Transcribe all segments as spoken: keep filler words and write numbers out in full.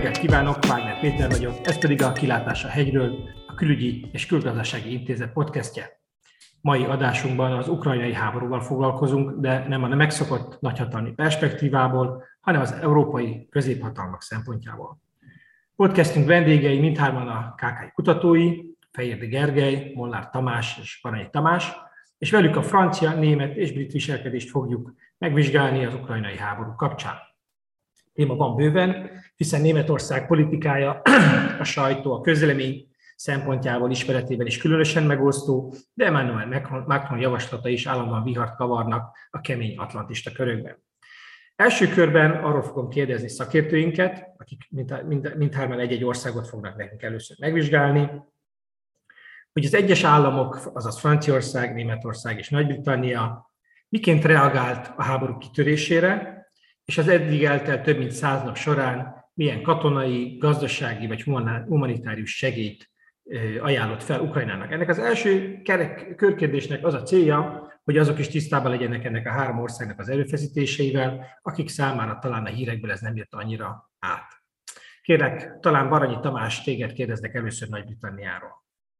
reggelt kívánok, Wagner Péter vagyok, ez pedig a Kilátás a hegyről, a Külügyi és Külgazdasági Intézet podcastje. Mai adásunkban az ukrajnai háborúval foglalkozunk, de nem a megszokott nagyhatalmi perspektívából, hanem az európai középhatalmak szempontjából. Podcastünk vendégei mindhárman a ká ká i kutatói, Fejérdi Gergely, Molnár Tamás és Baranyi Tamás, és velük a francia, német és brit viselkedést fogjuk megvizsgálni az ukrajnai háború kapcsán. Téma van bőven, hiszen Németország politikája, a sajtó, a közvélemény szempontjából, ismeretében is különösen megosztó, de Emmanuel Macron javaslata is állandóan vihart kavarnak a kemény atlantista körökben. Első körben arról fogom kérdezni szakértőinket, akik mindhárman egy-egy országot fognak nekünk először megvizsgálni, hogy az egyes államok, azaz Franciaország, Németország és Nagy-Britannia miként reagált a háború kitörésére, és az eddig eltelt több mint száz nap során milyen katonai, gazdasági vagy humanitárius segélyt ajánlott fel Ukrajnának. Ennek az első körkérdésnek az a célja, hogy azok is tisztában legyenek ennek a három országnak az erőfeszítéseivel, akik számára talán a hírekből ez nem jött annyira át. Kérlek, talán Baranyi Tamás, téged kérdeznek először Nagy-Britanniáról.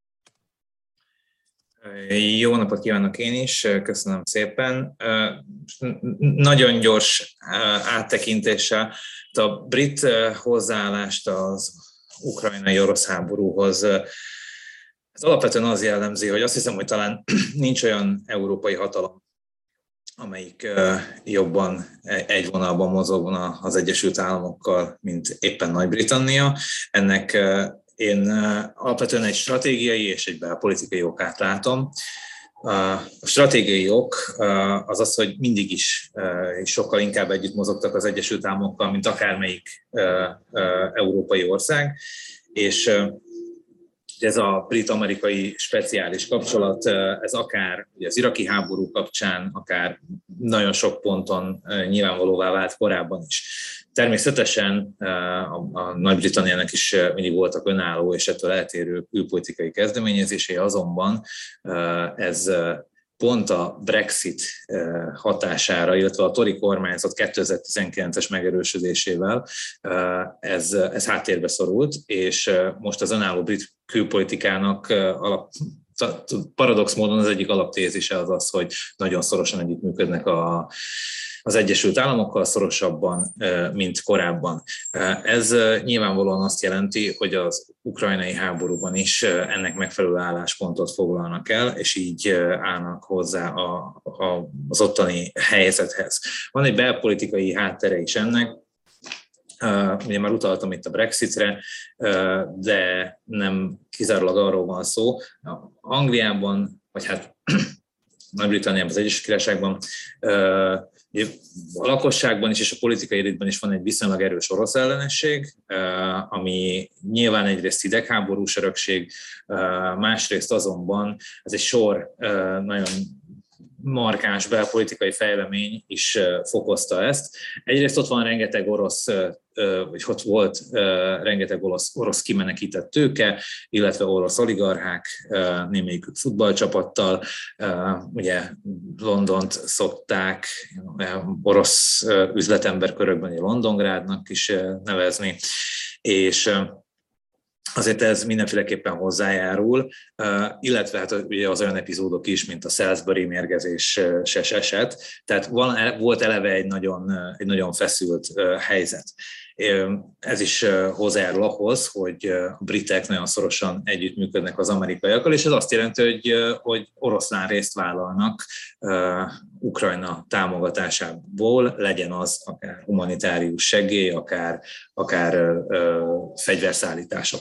Jó napot kívánok én is, köszönöm szépen. Nagyon gyors áttekintéssel a brit hozzáállást az ukrajnai orosz háborúhoz. Ez alapvetően az jellemzi, hogy azt hiszem, hogy talán nincs olyan európai hatalom, amelyik jobban egy vonalban mozogna az Egyesült Államokkal, mint éppen Nagy-Britannia. Ennek én alapvetően egy stratégiai és egy belpolitikai okát látom. A stratégiai ok az az, hogy mindig is sokkal inkább együtt mozogtak az Egyesült Államokkal, mint akármelyik európai ország, és ez a brit-amerikai speciális kapcsolat, ez akár ugye az iraki háború kapcsán, akár nagyon sok ponton nyilvánvalóvá vált korábban is. Természetesen a, a Nagy-Britanniának is mindig voltak önálló és ettől eltérő külpolitikai kezdeményezései, azonban ez pont a Brexit hatására, illetve a Tory kormányzat kétezer-tizenkilences megerősödésével ez, ez háttérbe szorult, és most az önálló brit külpolitikának alap, paradox módon az egyik alaptézise az az, hogy nagyon szorosan együttműködnek a az Egyesült Államokkal szorosabban, mint korábban. Ez nyilvánvalóan azt jelenti, hogy az ukrajnai háborúban is ennek megfelelő álláspontot foglalnak el, és így állnak hozzá a, a, az ottani helyzethez. Van egy belpolitikai háttere is ennek, ugye már utaltam itt a Brexitre, de nem kizárólag arról van szó. Angliában, vagy hát Nagy-Britanniában, az Egyesült Királyságban a lakosságban is és a politikai elitben is van egy viszonylag erős orosz ellenesség, ami nyilván egyrészt hidegháborús örökség, másrészt azonban ez egy sor nagyon markáns belpolitikai fejlemény is fokozta ezt. Egyrészt ott van rengeteg orosz, vagy ott volt rengeteg orosz, orosz kimenekített tőke, illetve orosz oligarchák, némelyikük futballcsapattal. Ugye Londont szokták orosz üzletemberkörökben Londongrádnak is nevezni, és azért ez mindenféleképpen hozzájárul, illetve hát ugye az olyan epizódok is, mint a Salisbury mérgezéses eset, tehát van, volt eleve egy nagyon, egy nagyon feszült helyzet. Ez is hozzájárul ahhoz, hogy a britek nagyon szorosan együttműködnek az amerikaiakkal, és ez azt jelenti, hogy, hogy oroszlán részt vállalnak Ukrajna támogatásából, legyen az akár humanitárius segély, akár, akár fegyverszállítások.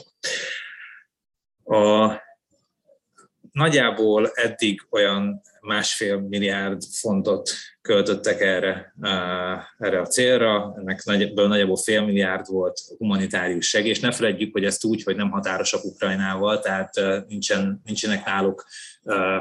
A, nagyjából eddig olyan másfél milliárd fontot költöttek erre, erre a célra, ennek nagyjából, nagyjából fél milliárd volt humanitárius segély, és ne feledjük, hogy ezt úgy, hogy nem határosak Ukrajnával, tehát nincsen, nincsenek náluk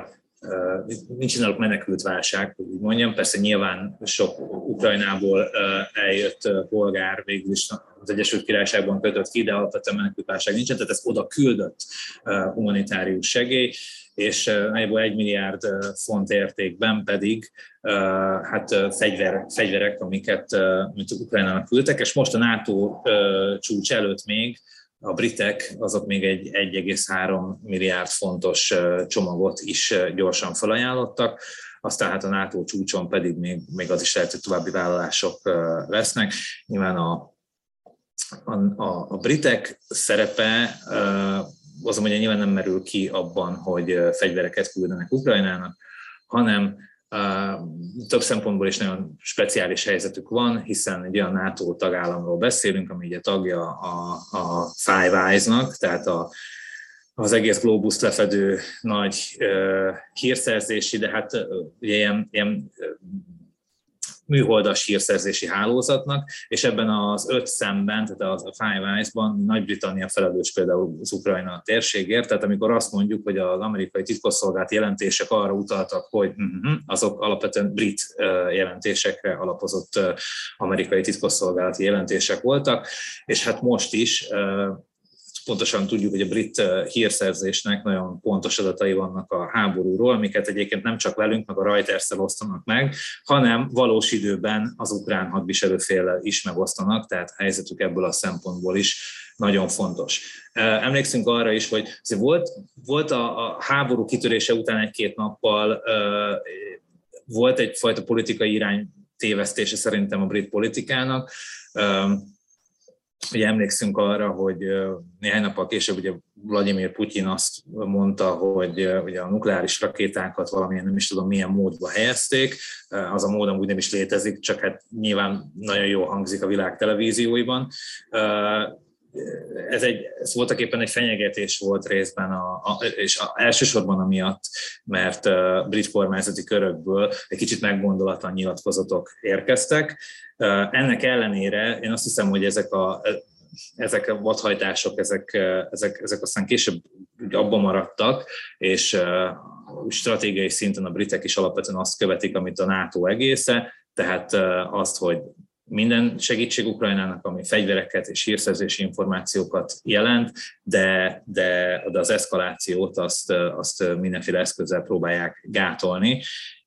nincs náluk menekült válság, hogy úgy mondjam. Persze nyilván sok Ukrajnából eljött polgár végül is az Egyesült Királyságban kötött ki, de alapvetően menekült válság nincsen, tehát ez oda küldött humanitárius segély, és nagyjából egy milliárd font értékben pedig hát fegyver, fegyverek, amiket mint Ukrajnának küldtek, és most a NATO csúcs előtt még a britek azok még egy egy egész három milliárd fontos csomagot is gyorsan felajánlottak, aztán hát a NATO csúcson pedig még, még az is lehet, hogy további vállalások lesznek. Nyilván a, a, a britek szerepe az, hogy nyilván nem merül ki abban, hogy fegyvereket küldenek Ukrajnának, hanem több szempontból is nagyon speciális helyzetük van, hiszen egy olyan NATO tagállamról beszélünk, ami ugye tagja a, a Five Eyes-nak, tehát a, az egész globuszt lefedő nagy uh, hírszerzési, de hát uh, ugye ilyen, ilyen uh, műholdas hírszerzési hálózatnak, és ebben az öt szemben, tehát a Five Eyes-ban Nagy-Britannia felelős például az Ukrajna térségért, tehát amikor azt mondjuk, hogy az amerikai titkosszolgálati jelentések arra utaltak, hogy uh-huh, azok alapvetően brit jelentésekre alapozott amerikai titkosszolgálati jelentések voltak, és hát most is pontosan tudjuk, hogy a brit hírszerzésnek nagyon pontos adatai vannak a háborúról, amiket egyébként nem csak velünk, meg a Reuters-szel osztanak meg, hanem valós időben az ukrán hadviselőféllel is megosztanak, tehát a helyzetük ebből a szempontból is nagyon fontos. Emlékszünk arra is, hogy volt, volt a, a háború kitörése után egy-két nappal volt egyfajta politikai irány tévesztése szerintem a brit politikának. Ugye emlékszünk arra, hogy néhány nappal később ugye Vladimir Putyin azt mondta, hogy ugye a nukleáris rakétákat valamilyen nem is tudom milyen módba helyezték. Az a mód amúgy nem is létezik, csak hát nyilván nagyon jól hangzik a világ televízióiban. Ez, egy, ez voltaképpen egy fenyegetés volt részben, a, a, és a, elsősorban amiatt, mert a brit kormányzati körökből egy kicsit meggondolatlan nyilatkozatok érkeztek. Ennek ellenére én azt hiszem, hogy ezek a, ezek a vadhajtások, ezek, ezek, ezek aztán később abban maradtak, és stratégiai szinten a britek is alapvetően azt követik, amit a NATO egésze, tehát azt, hogy minden segítség Ukrajnának, ami fegyvereket és hírszerzési információkat jelent, de, de, de az eszkalációt azt, azt mindenféle eszközzel próbálják gátolni,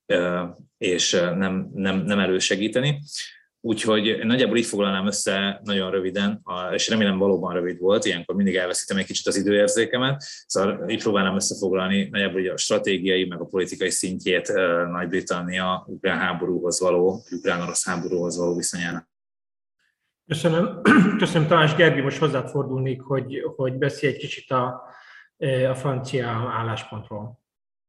és nem, nem, nem elősegíteni. Úgyhogy nagyjából így foglalnám össze nagyon röviden, és remélem valóban rövid volt, ilyenkor mindig elveszítem egy kicsit az időérzékemet, szóval így próbálnám összefoglalni nagyjából a stratégiai, meg a politikai szintjét Nagy-Britannia ukrán háborúhoz való, ukrán-orosz háborúhoz való viszonyának. Köszönöm. Köszönöm, Tamás Gergely, most hozzád fordulnék, hogy, hogy beszélj egy kicsit a, a francia álláspontról.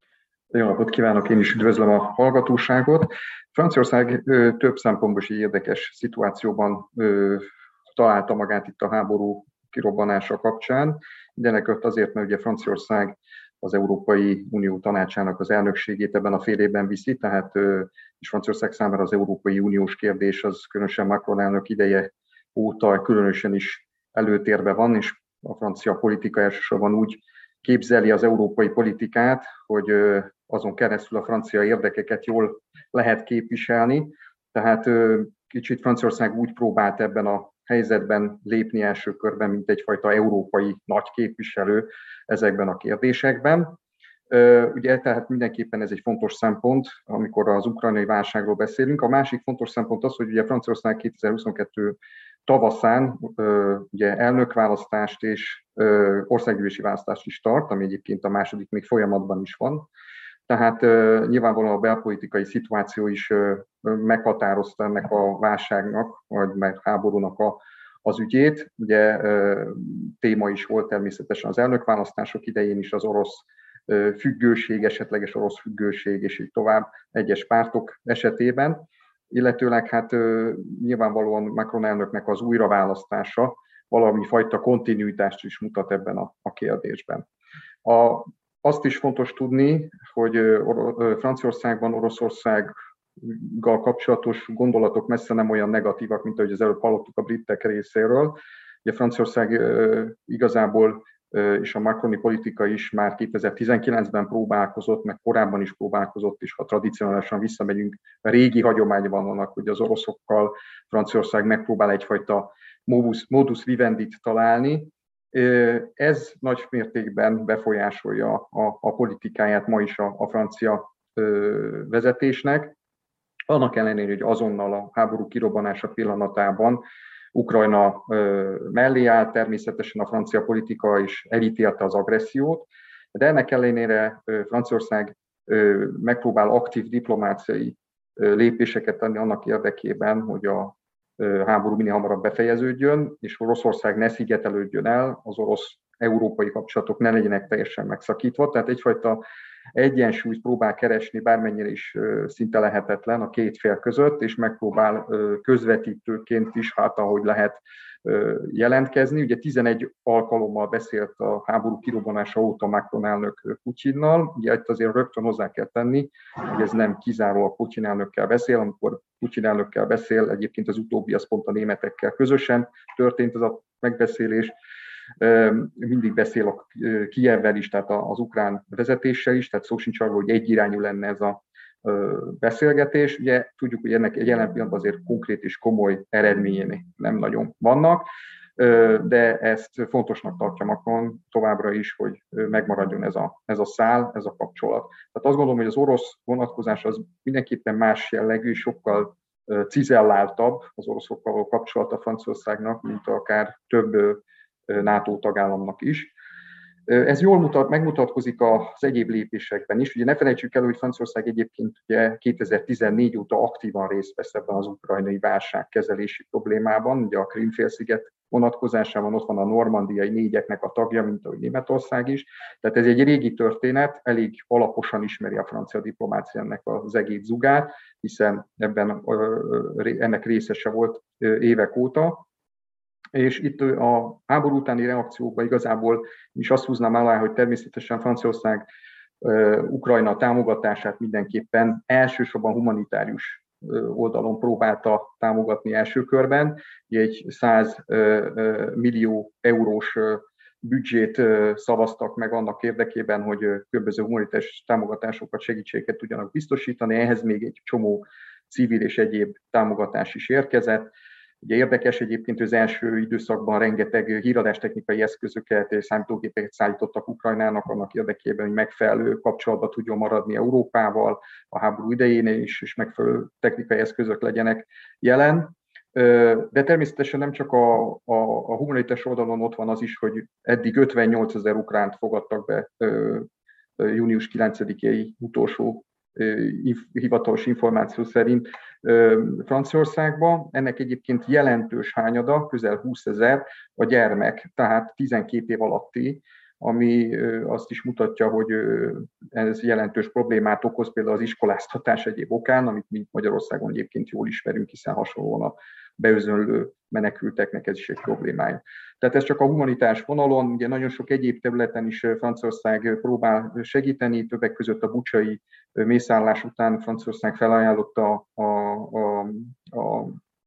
Jó napot kívánok, én is üdvözlöm a hallgatóságot. Franciaország ö, több szempontból is egy érdekes szituációban ö, találta magát itt a háború kirobbanása kapcsán. Mindenekött azért, mert ugye Franciaország az Európai Unió Tanácsának az elnökségét ebben a fél évben viszi, tehát ö, és Franciaország számára az Európai Uniós kérdés az különösen Macron elnök ideje óta különösen is előtérbe van, és a francia politika elsősorban úgy képzeli az európai politikát, hogy azon keresztül a francia érdekeket jól lehet képviselni. Tehát kicsit Franciaország úgy próbált ebben a helyzetben lépni első körben, mint egyfajta európai nagy képviselő ezekben a kérdésekben. Ugye, tehát mindenképpen ez egy fontos szempont, amikor az ukrajnai válságról beszélünk. A másik fontos szempont az, hogy ugye Franciaország kétezer-huszonkettő tavaszán ugye elnökválasztást és országgyűlési választást is tart, ami egyébként a második még folyamatban is van. Tehát nyilvánvalóan a belpolitikai szituáció is meghatározta ennek a válságnak, vagy meg háborúnak a, az ügyét. Ugye téma is volt természetesen az elnökválasztások idején is az orosz függőség, esetleges orosz függőség, és így tovább egyes pártok esetében. Illetőleg hát nyilvánvalóan Macron elnöknek az újraválasztása valami fajta kontinuitást is mutat ebben a, a kérdésben. A, azt is fontos tudni, hogy Franciaországban Oroszországgal kapcsolatos gondolatok messze nem olyan negatívak, mint ahogy az előbb hallottuk a britek részéről. Ugye Franciaország igazából és a macroni politika is már kétezer-tizenkilencben próbálkozott, meg korábban is próbálkozott, és ha tradicionálisan visszamegyünk, a régi hagyományban vannak, hogy az oroszokkal Franciaország megpróbál egyfajta modus, modus vivendit találni. Ez nagy mértékben befolyásolja a, a politikáját ma is a, a francia vezetésnek. Annak ellenére, hogy azonnal a háború kirobbanása pillanatában Ukrajna mellé állt, természetesen a francia politika is elítélte az agressziót, de ennek ellenére Franciaország megpróbál aktív diplomáciai lépéseket tenni annak érdekében, hogy a háború minél hamarabb befejeződjön, és Oroszország ne szigetelődjön el, az orosz-európai kapcsolatok ne legyenek teljesen megszakítva, tehát egyfajta egyensúlyt próbál keresni, bármennyire is szinte lehetetlen a két fél között, és megpróbál közvetítőként is, hát ahogy lehet jelentkezni. Ugye tizenegy alkalommal beszélt a háború kirobbanása óta Macron elnök Putyinnal. Ugye itt azért rögtön hozzá kell tenni, hogy ez nem kizárólag Putyin elnökkel beszél, amikor Putyin elnökkel beszél, egyébként az utóbbi az pont a németekkel közösen történt ez a megbeszélés. Mindig beszél a Kijevvel is, tehát az ukrán vezetéssel is, tehát szó sincs arról, hogy egyirányú lenne ez a beszélgetés. Ugye tudjuk, hogy ennek egy jelen pillanatban azért konkrét és komoly eredményei nem nagyon vannak, de ezt fontosnak tartja Macron továbbra is, hogy megmaradjon ez a, ez a szál, ez a kapcsolat. Tehát azt gondolom, hogy az orosz vonatkozás az mindenképpen más jellegű, sokkal cizelláltabb az oroszokkal való kapcsolata Franciaországnak, mint akár több NATO tagállamnak is. Ez jól mutat, megmutatkozik az egyéb lépésekben is. Ugye ne felejtsük el, hogy Franciaország egyébként ugye kétezer-tizennégy óta aktívan részt vesz ebben az ukrajnai válságkezelési problémában. Ugye a Krím-félsziget vonatkozásában ott van a normandiai négyeknek a tagja, mint ahogy Németország is. Tehát ez egy régi történet, elég alaposan ismeri a francia diplomácia ennek az egész zugát, hiszen ebben ennek részese volt évek óta. És itt a háború utáni reakciókban igazából is azt húznám alá, hogy természetesen Franciaország Ukrajna támogatását mindenképpen elsősorban humanitárius oldalon próbálta támogatni első körben. Egy száz millió eurós büdzsét szavaztak meg annak érdekében, hogy különböző humanitárius támogatásokat, segítséget tudjanak biztosítani. Ehhez még egy csomó civil és egyéb támogatás is érkezett. Ugye érdekes egyébként, az első időszakban rengeteg híradástechnikai eszközöket és számítógépeket szállítottak Ukrajnának annak érdekében, hogy megfelelő kapcsolatban tudjon maradni Európával a háború idején is, és megfelelő technikai eszközök legyenek jelen. De természetesen nem csak a, a, a humanitárius oldalon ott van az is, hogy eddig ötvennyolcezer ukránt fogadtak be június kilencedikéi utolsó hivatalos információ szerint Franciaországba. Ennek egyébként jelentős hányada, közel húszezer a gyermek, tehát tizenkét év alatti, ami azt is mutatja, hogy ez jelentős problémát okoz például az iskoláztatás egyéb okán, amit mi Magyarországon egyébként jól ismerünk, hiszen hasonlóan a beözönlő menekülteknek ez is egy problémája. Tehát ez csak a humanitárs vonalon, ugye nagyon sok egyéb területen is Franciaország próbál segíteni, többek között a bucsai mészállás után Franciaország felajánlotta a, a, a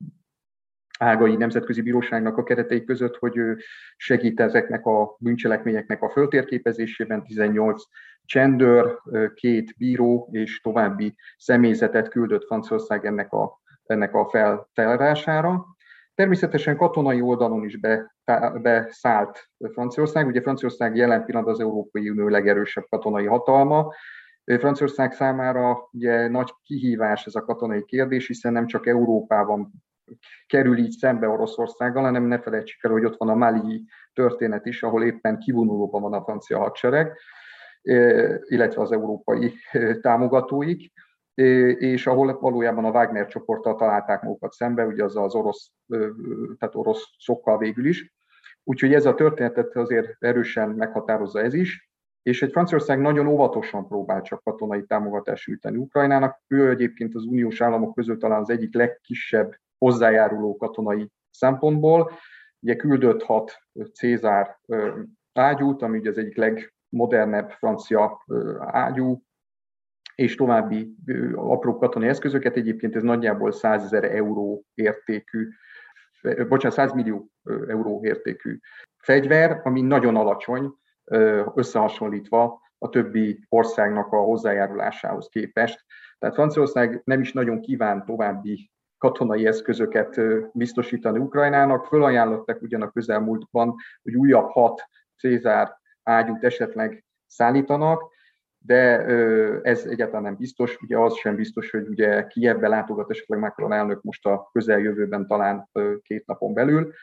Hágai Nemzetközi Bíróságnak a keretei között, hogy segít ezeknek a bűncselekményeknek a föltérképezésében. tizennyolc csendőr, két bíró és további személyzetet küldött Franciaország ennek a, ennek a feltárására. Természetesen katonai oldalon is be, beszállt Franciaország. Ugye Franciaország jelen pillanatban az Európai Unió legerősebb katonai hatalma. Franciaország számára ugye nagy kihívás ez a katonai kérdés, hiszen nem csak Európában kerül így szembe Oroszországgal, hanem ne felejtsük el, hogy ott van a Mali történet is, ahol éppen kivonulóban van a francia hadsereg, illetve az európai támogatóik, és ahol valójában a Wagner csoporttal találták magukat szembe, ugye az az orosz, tehát oroszokkal végül is. Úgyhogy ez a történetet azért erősen meghatározza ez is, és egy Franciaország nagyon óvatosan próbál csak katonai támogatást nyújtani Ukrajnának. Ő egyébként az uniós államok közül talán az egyik legkisebb hozzájáruló katonai szempontból. Ugye küldött hat Cézár ágyút, ami ugye az egyik legmodernebb francia ágyú, és további apró katonai eszközöket, egyébként ez nagyjából százezer euró értékű, bocsánat, száz millió euró értékű fegyver, ami nagyon alacsony, összehasonlítva a többi országnak a hozzájárulásához képest. Tehát Franciaország nem is nagyon kíván további katonai eszközöket biztosítani Ukrajnának. Fölajánlottak ugyan a közelmúltban, hogy újabb hat Cézár ágyút esetleg szállítanak, de ez egyáltalán nem biztos. Ugye az sem biztos, hogy ugye Kijevbe látogat esetleg Macron elnök most a közeljövőben, talán két napon belül.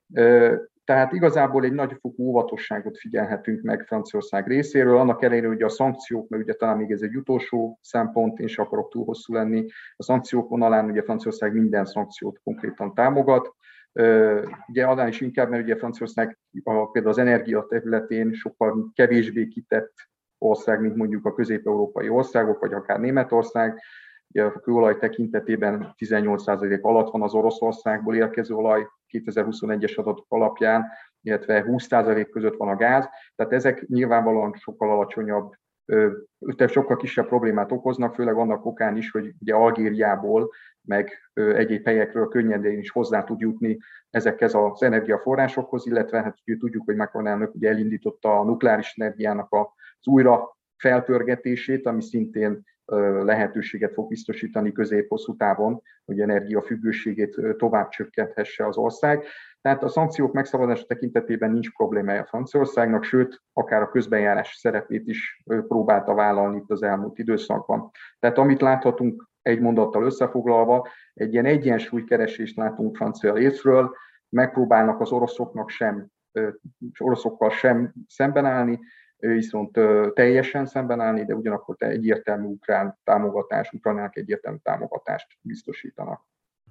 Tehát igazából egy nagyfokú óvatosságot figyelhetünk meg Franciaország részéről, annak ellenére, hogy a szankciók, mert ugye talán még ez egy utolsó szempont, én sem akarok túl hosszú lenni, a szankciók vonalán ugye Franciaország minden szankciót konkrétan támogat. Ugye annál is inkább, mert ugye Franciaország a, például az energia területén sokkal kevésbé kitett ország, mint mondjuk a közép-európai országok, vagy akár Németország. Ugye a kőolaj tekintetében tizennyolc százalék alatt van az Oroszországból érkező olaj kétezer-huszonegyes adatok alapján, illetve húsz százalék között van a gáz. Tehát ezek nyilvánvalóan sokkal alacsonyabb, tehát sokkal kisebb problémát okoznak, főleg annak okán is, hogy ugye Algériából, meg egyéb helyekről könnyedén is hozzá tud jutni ezekhez az energiaforrásokhoz, illetve hát ugye tudjuk, hogy Macron elnök ugye elindította a nukleáris energiának az újra felpörgetését, ami szintén lehetőséget fog biztosítani közép-hosszú távon, hogy energiafüggőségét tovább csökkenthesse az ország. Tehát a szankciók megszabadulása tekintetében nincs problémája Franciaországnak, sőt, akár a közbenjárás szerepét is próbálta vállalni itt az elmúlt időszakban. Tehát amit láthatunk egy mondattal összefoglalva, egy ilyen egyensúlykeresést látunk francia részről, megpróbálnak az oroszoknak sem, oroszokkal sem szemben állni, viszont teljesen szemben állni, de ugyanakkor egyértelmű ukrán támogatás, Ukrajnának egyértelmű támogatást biztosítanak.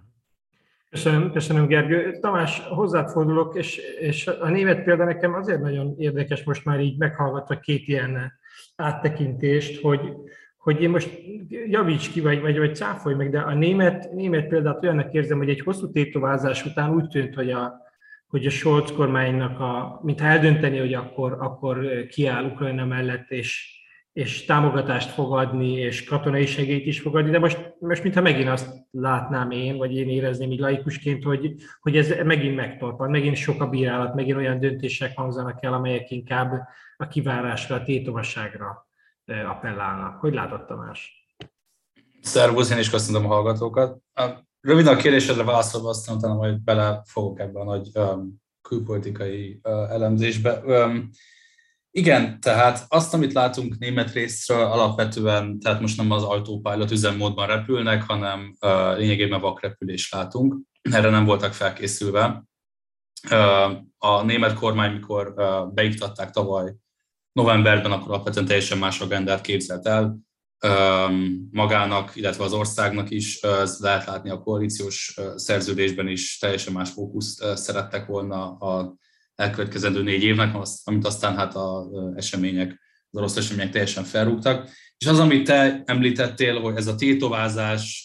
Köszönöm, köszönöm Gergő. Tamás, hozzád fordulok, és, és a német példa nekem azért nagyon érdekes, most már így meghallgatva két ilyen áttekintést, hogy, hogy én most javíts ki, vagy, vagy, vagy cáfolj meg, de a német, német példát olyannak érzem, hogy egy hosszú tétovázás után úgy tűnt, hogy a hogy a Scholz kormánynak, a, mintha eldönteni, hogy akkor, akkor kiáll Ukrajna mellett, és, és támogatást fog adni, és katonai segélyt is fog adni, de most, most mintha megint azt látnám én, vagy én érezném így laikusként, hogy, hogy ez megint megtorpan, megint sok a bírálat, megint olyan döntések hangzanak el, amelyek inkább a kivárásra, a tétovasságra appellálnak. Hogy látod, Tamás? Szervusz, én is köszönöm a hallgatókat. Röviden a kérdésedre válaszolva, aztán utána majd bele fogok ebben a nagy um, külpolitikai uh, elemzésbe. Um, igen, tehát azt, amit látunk német részről, alapvetően, tehát most nem az autopilot üzemmódban repülnek, hanem uh, lényegében vakrepülést látunk. Erre nem voltak felkészülve. Uh, a német kormány, mikor uh, beiktatták tavaly novemberben, akkor alapvetően teljesen más agendát képzelt el. Magának, illetve az országnak is, ez lehet látni a koalíciós szerződésben is, teljesen más fókuszt szerettek volna az elkövetkezendő négy évnek, amit aztán hát az események, az orosz események teljesen felrúgtak. És az, amit te említettél, hogy ez a tétovázás,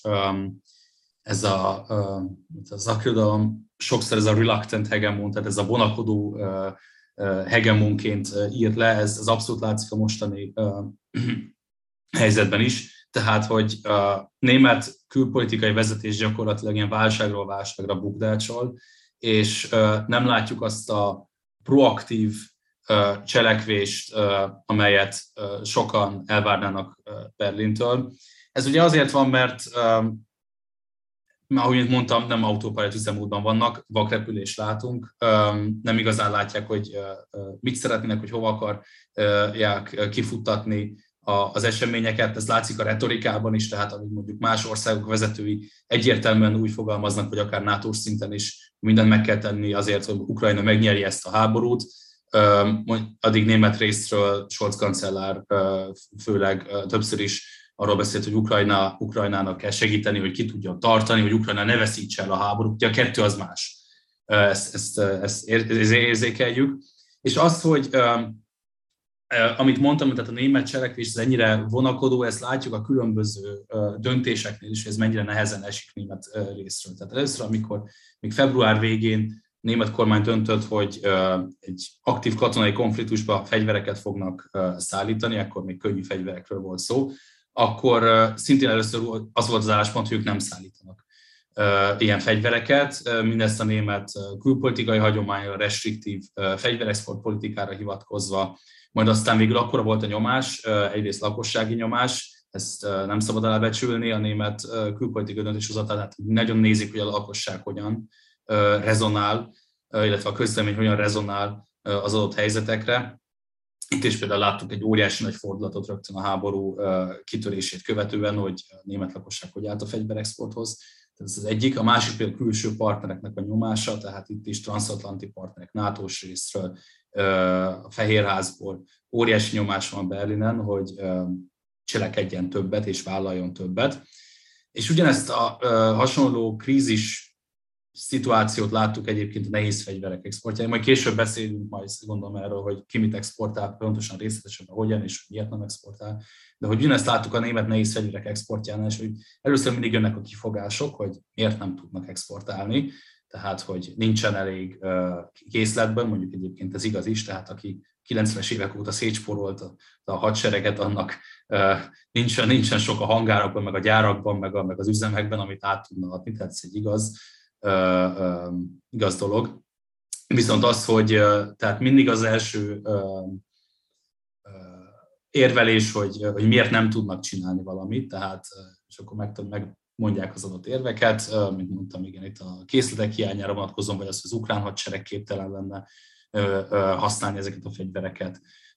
ez a, az aggodalom, sokszor ez a reluctant hegemon, tehát ez a vonakodó hegemonként írt le, ez, ez abszolút látszik a mostani helyzetben is, tehát, hogy a német külpolitikai vezetés gyakorlatilag ilyen válságról válságra bukdácsol, és nem látjuk azt a proaktív cselekvést, amelyet sokan elvárnának Berlintől. Ez ugye azért van, mert, ahogy mondtam, nem autopilot üzemmódban vannak, vakrepülést látunk, nem igazán látják, hogy mit szeretnének, hogy hova akarják kifuttatni az eseményeket, ez látszik a retorikában is, tehát amit mondjuk más országok vezetői egyértelműen úgy fogalmaznak, hogy akár NATO szinten is mindent meg kell tenni azért, hogy Ukrajna megnyeri ezt a háborút. Addig német részről Scholz kancellár főleg többször is arról beszélt, hogy Ukrajna, Ukrajnának kell segíteni, hogy ki tudjon tartani, hogy Ukrajna ne veszítse el a háborút. Ugye a kettő az más. Ezt, ezt, ezt érzékeljük. És az, hogy amit mondtam, tehát a német cselekvés ez ennyire vonakodó, ezt látjuk a különböző döntéseknél is, hogy ez mennyire nehezen esik német részről. Tehát először, amikor még február végén a német kormány döntött, hogy egy aktív katonai konfliktusba fegyvereket fognak szállítani, akkor még könnyű fegyverekről volt szó, akkor szintén először az volt az álláspont, hogy ők nem szállítanak. ilyen fegyvereket, mindezt a német külpolitikai hagyományra, restriktív fegyverexport politikára hivatkozva, majd aztán végül akkora volt a nyomás, egyrészt lakossági nyomás, ezt nem szabad elbecsülni, a német külpolitikai döntéshozatát, tehát nagyon nézik, hogy a lakosság hogyan rezonál, illetve a közlemény hogyan rezonál az adott helyzetekre. Itt is például láttuk egy óriási nagy fordulatot rögtön a háború kitörését követően, hogy a német lakosság hogy állt a fegyverexporthoz. Ez az egyik. A másik például külső partnereknek a nyomása, tehát itt is transatlanti partnerek, nátós részről, a Fehérházból óriási nyomás van Berlinen, hogy cselekedjen többet és vállaljon többet. És ugyanezt a hasonló krízis szituációt láttuk egyébként a nehéz fegyverek exportján. Majd később beszélünk majd gondolom erről, hogy ki mit exportál, pontosan részletesen, hogyan és miért nem exportál. De hogy ugyanezt láttuk a német nehéz fegyverek exportjánál, és hogy először mindig jönnek a kifogások, hogy miért nem tudnak exportálni, tehát hogy nincsen elég készletben, mondjuk egyébként ez igaz is, tehát aki kilencvenes évek óta szétspórolta a hadsereget, annak nincsen, nincsen sok a hangárokban, meg a gyárakban, meg, a, meg az üzemekben, amit át tudna adni, tehát ez egy igaz, uh, uh, igaz dolog. Viszont az, hogy uh, tehát mindig az első uh, uh, érvelés, hogy, hogy miért nem tudnak csinálni valamit, tehát uh, és akkor meg, megmondják az adott érveket, uh, mint mondtam, igen, itt a készletek hiányára vonatkozom, vagy az, hogy az ukrán hadsereg képtelen lenne használni ezeket a fegyvereket,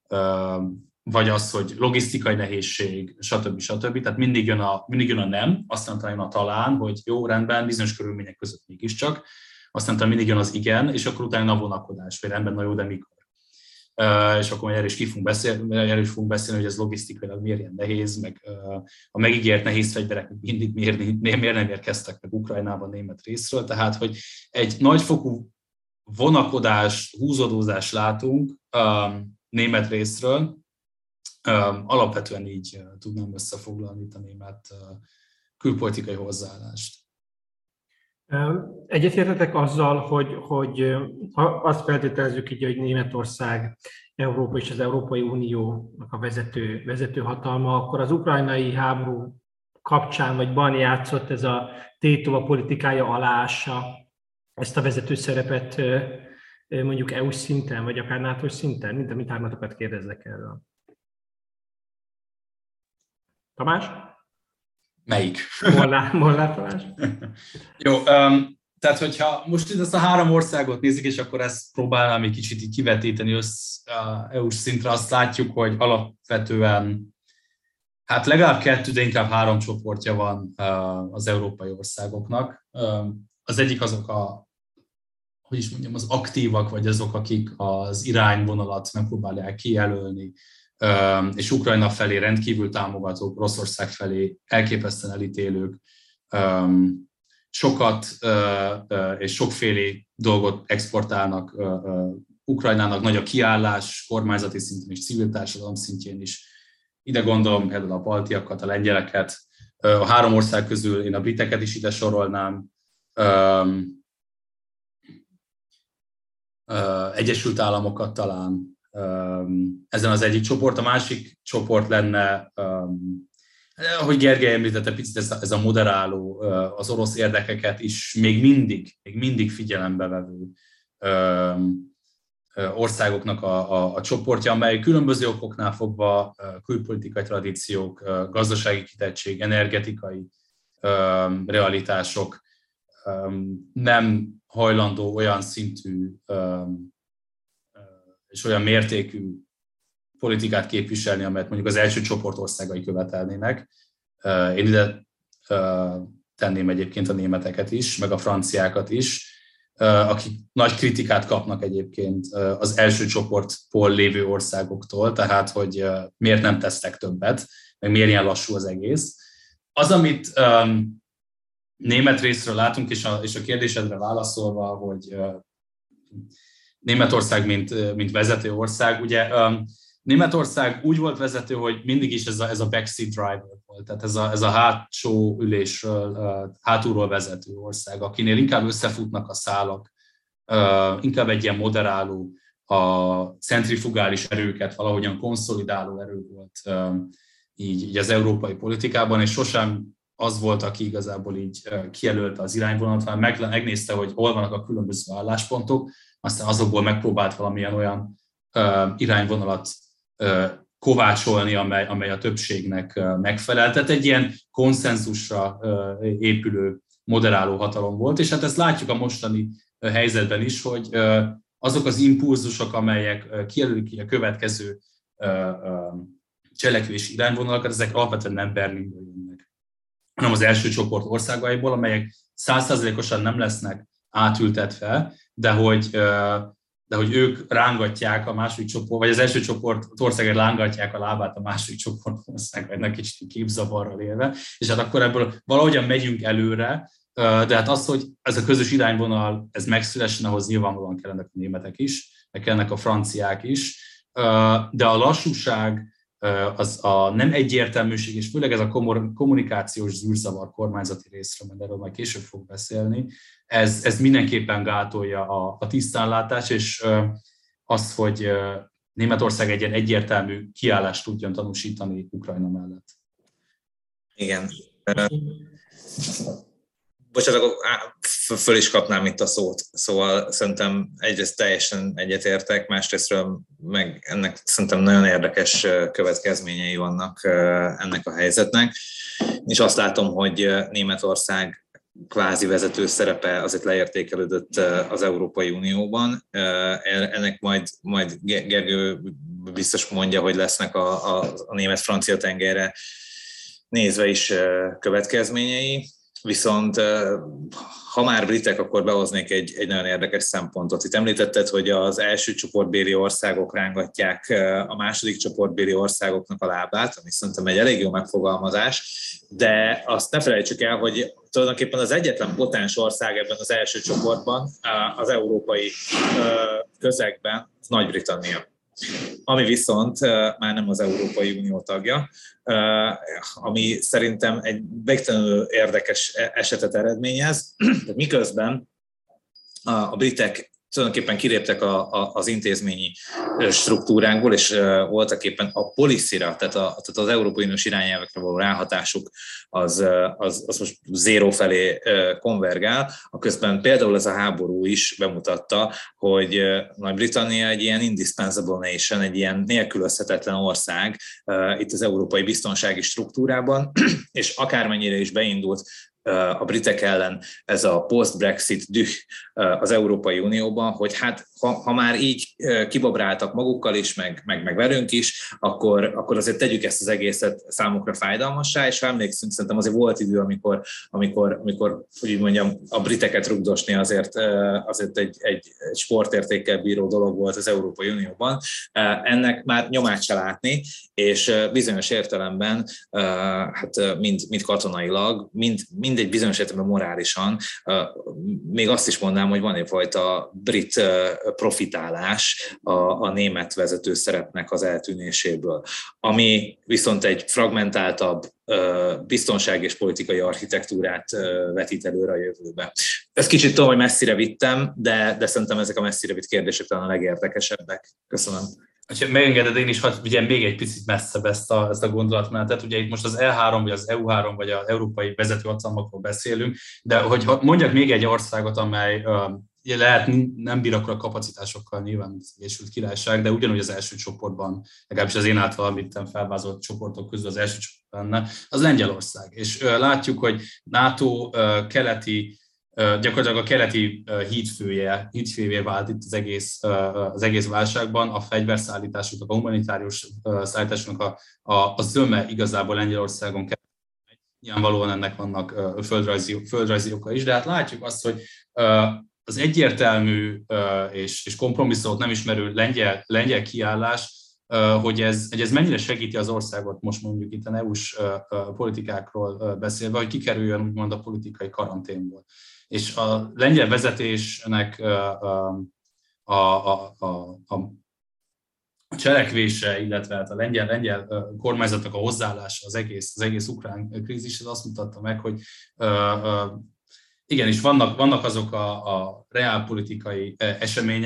vagy az, hogy logisztikai nehézség, stb. stb. Tehát mindig jön a, mindig jön a nem, aztán jön a talán, hogy jó, rendben, bizonyos körülmények között mégiscsak, aztán mindig jön az igen, és akkor utána a vonakodás, hogy rendben, na jó, de mikor. És akkor erről is ki fogunk beszélni, erről is fogunk beszélni, hogy ez logisztikailag miért ilyen nehéz, meg a megígért nehéz fegyverek mindig miért, miért nem érkeztek meg Ukrajnában német részről, tehát hogy egy nagyfokú vonakodás, húzódózás látunk um, német részről. Um, alapvetően így uh, tudnám összefoglalni itt a német uh, külpolitikai hozzáállást. Egyetértetek azzal, hogy, hogy ha azt feltételezzük így, hogy Németország, Európa és az Európai Uniónak a vezető, vezető hatalma, akkor az ukrajnai háború kapcsán vagy ban játszott ez a tétova politikája aláássa ezt a vezető szerepet mondjuk é u szinten, vagy akár nátós szinten? Mind a mindhármatokat kérdezlek erről. Tamás? Melyik? Molnár, Molnár Tamás? Jó, um, tehát hogyha most itt ezt a három országot nézik, és akkor ezt próbálnám egy kicsit így kivetíteni össz uh, é u szintre, azt látjuk, hogy alapvetően hát legalább kettő, de inkább három csoportja van uh, az európai országoknak. Um, az egyik azok a hogy is mondjam, az aktívak, vagy azok, akik az irányvonalat megpróbálják kijelölni, és Ukrajna felé rendkívül támogatók, Oroszország felé elképesztően elítélők, sokat és sokféle dolgot exportálnak Ukrajnának, nagy a kiállás, kormányzati szinten és civil társadalom szintjén is. Ide gondolom például a baltiakat, a lengyeleket, a három ország közül én a briteket is ide sorolnám, Egyesült Államokat talán, ezen az egyik csoport. A másik csoport lenne, ahogy Gergely említette, picit ez a, ez a moderáló, az orosz érdekeket is még mindig, még mindig figyelembe vevő országoknak a, a, a csoportja, amely különböző okoknál fogva külpolitikai tradíciók, gazdasági kitettség, energetikai realitások nem hajlandó olyan szintű és olyan mértékű politikát képviselni, amelyet mondjuk az első csoport országai követelnének. Én ide tenném egyébként a németeket is, meg a franciákat is, akik nagy kritikát kapnak egyébként az első csoportból lévő országoktól, tehát hogy miért nem tesznek többet, meg miért ilyen lassú az egész. Az, amit német részről látunk, és a, és a kérdésedre válaszolva, hogy Németország, mint, mint vezető ország, ugye Németország úgy volt vezető, hogy mindig is ez a, ez a backseat driver volt, tehát ez a, ez a hátsó ülésről, hátulról vezető ország, akinél inkább összefutnak a szálak, inkább egy ilyen moderáló, a centrifugális erőket valahogyan konszolidáló erő volt így, így az európai politikában, és sosem az volt, aki igazából így kijelölte az irányvonalat, megnézte, hogy hol vannak a különböző álláspontok, aztán azokból megpróbált valamilyen olyan irányvonalat kovácsolni, amely, amely a többségnek megfelel. Tehát egy ilyen konszenzusra épülő, moderáló hatalom volt, és hát ezt látjuk a mostani helyzetben is, hogy azok az impulzusok, amelyek kijelölik ki a következő cselekvési irányvonalakat, ezek alapvetően nem Berlinből jönnek, hanem az első csoport országaiból, amelyek száz százalékosan nem lesznek átültetve, de hogy, de hogy ők rángatják a második csoport, vagy az első csoport országai rángatják a lábát a második csoport országainak kicsit képzavarral élve, és hát akkor ebből valahogyan megyünk előre, de hát az, hogy ez a közös irányvonal, ez megszülessen, ahhoz nyilvánvalóan kellenek a németek is, meg kellenek a franciák is, de a lassúság, az a nem egyértelműség, és főleg ez a kommunikációs zűrzavar kormányzati részről, mert erről majd később fog beszélni, ez, ez mindenképpen gátolja a, a tisztánlátást, és azt, hogy Németország egy ilyen egyértelmű kiállást tudjon tanúsítani Ukrajna mellett. Igen. Bocsánat, akkor föl is kapnám itt a szót, szóval szerintem egyrészt teljesen egyetértek, másrésztről meg ennek szerintem nagyon érdekes következményei vannak ennek a helyzetnek, és azt látom, hogy Németország kvázi vezető szerepe azért leértékelődött az Európai Unióban. Ennek majd, majd Gergő biztos mondja, hogy lesznek a, a, a német-francia tengerre nézve is következményei. Viszont ha már britek, akkor behoznék egy, egy nagyon érdekes szempontot. Itt említetted, hogy az első csoportbéli országok rángatják a második csoportbéli országoknak a lábát, ami szerintem egy elég jó megfogalmazás, de azt ne felejtsük el, hogy tulajdonképpen az egyetlen potens ország ebben az első csoportban, az európai közegben, az Nagy-Britannia, ami viszont már nem az Európai Unió tagja, ami szerintem egy végtelenül érdekes esetet eredményez, miközben a britek tulajdonképpen kiléptek a, a, az intézményi struktúránkból, és voltak éppen a policyra, tehát, a, tehát az Európai Uniós irányelvekre való ráhatásuk az, az, az most zéró felé konvergál, aközben például ez a háború is bemutatta, hogy Nagy-Britannia egy ilyen indispensable nation, egy ilyen nélkülözhetetlen ország itt az európai biztonsági struktúrában, és akármennyire is beindult a britek ellen ez a post-Brexit düh az Európai Unióban, hogy hát ha, ha már így kibabráltak magukkal is, meg, meg, meg velünk is, akkor, akkor azért tegyük ezt az egészet számukra fájdalmassá, és ha emlékszünk, szerintem azért volt idő, amikor, amikor, amikor hogy így mondjam, a briteket rugdosni azért, azért egy, egy, egy sportértékkel bíró dolog volt az Európai Unióban. Ennek már nyomát se látni, és bizonyos értelemben, hát mind, mind katonailag, mind, mind egy bizonyos értelemben morálisan, még azt is mondanám, hogy van egyfajta brit profitálás a, a német vezető szerepnek az eltűnéséből, ami viszont egy fragmentáltabb biztonsági és politikai architektúrát vetít előre a jövőbe. Ezt kicsit tudom, hogy messzire vittem, de, de szerintem ezek a messzire vitt kérdések talán a legérdekesebbek. Köszönöm. Ha megengeded, én is hadd vigyem még egy picit messzebb ezt a, ezt a gondolatmenetet. Ugye itt most az E három, vagy az E U három, vagy az európai vezető hatalmakról beszélünk, de hogy mondjak még egy országot, amely uh, lehet nem bír akkor a kapacitásokkal nyilván az Egyesült Királyság, de ugyanúgy az első csoportban, legalábbis az én által említettem felvázolt csoportok közül az első csoport lenne, az Lengyelország. És uh, látjuk, hogy NATO uh, keleti gyakorlatilag a keleti hídfője, hídfővé vált itt az egész, az egész válságban, a fegyverszállításoknak, a humanitárius szállításoknak a, a, a zöme igazából Lengyelországon kell. Nyilvánvalóan ennek vannak földrajzi, földrajzi oka is, de hát látjuk azt, hogy az egyértelmű és, és kompromisszumot nem ismerő lengyel, lengyel kiállás, hogy ez, hogy ez mennyire segíti az országot, most mondjuk itt a é u-s politikákról beszélve, hogy kikerüljön úgymond a politikai karanténból. És a lengyel vezetésnek a, a, a, a, a cselekvése, illetve a lengyel, lengyel kormányzatnak a hozzáállása az egész, az egész ukrán krízishez azt mutatta meg, hogy igenis vannak, vannak azok a, a reálpolitikai események,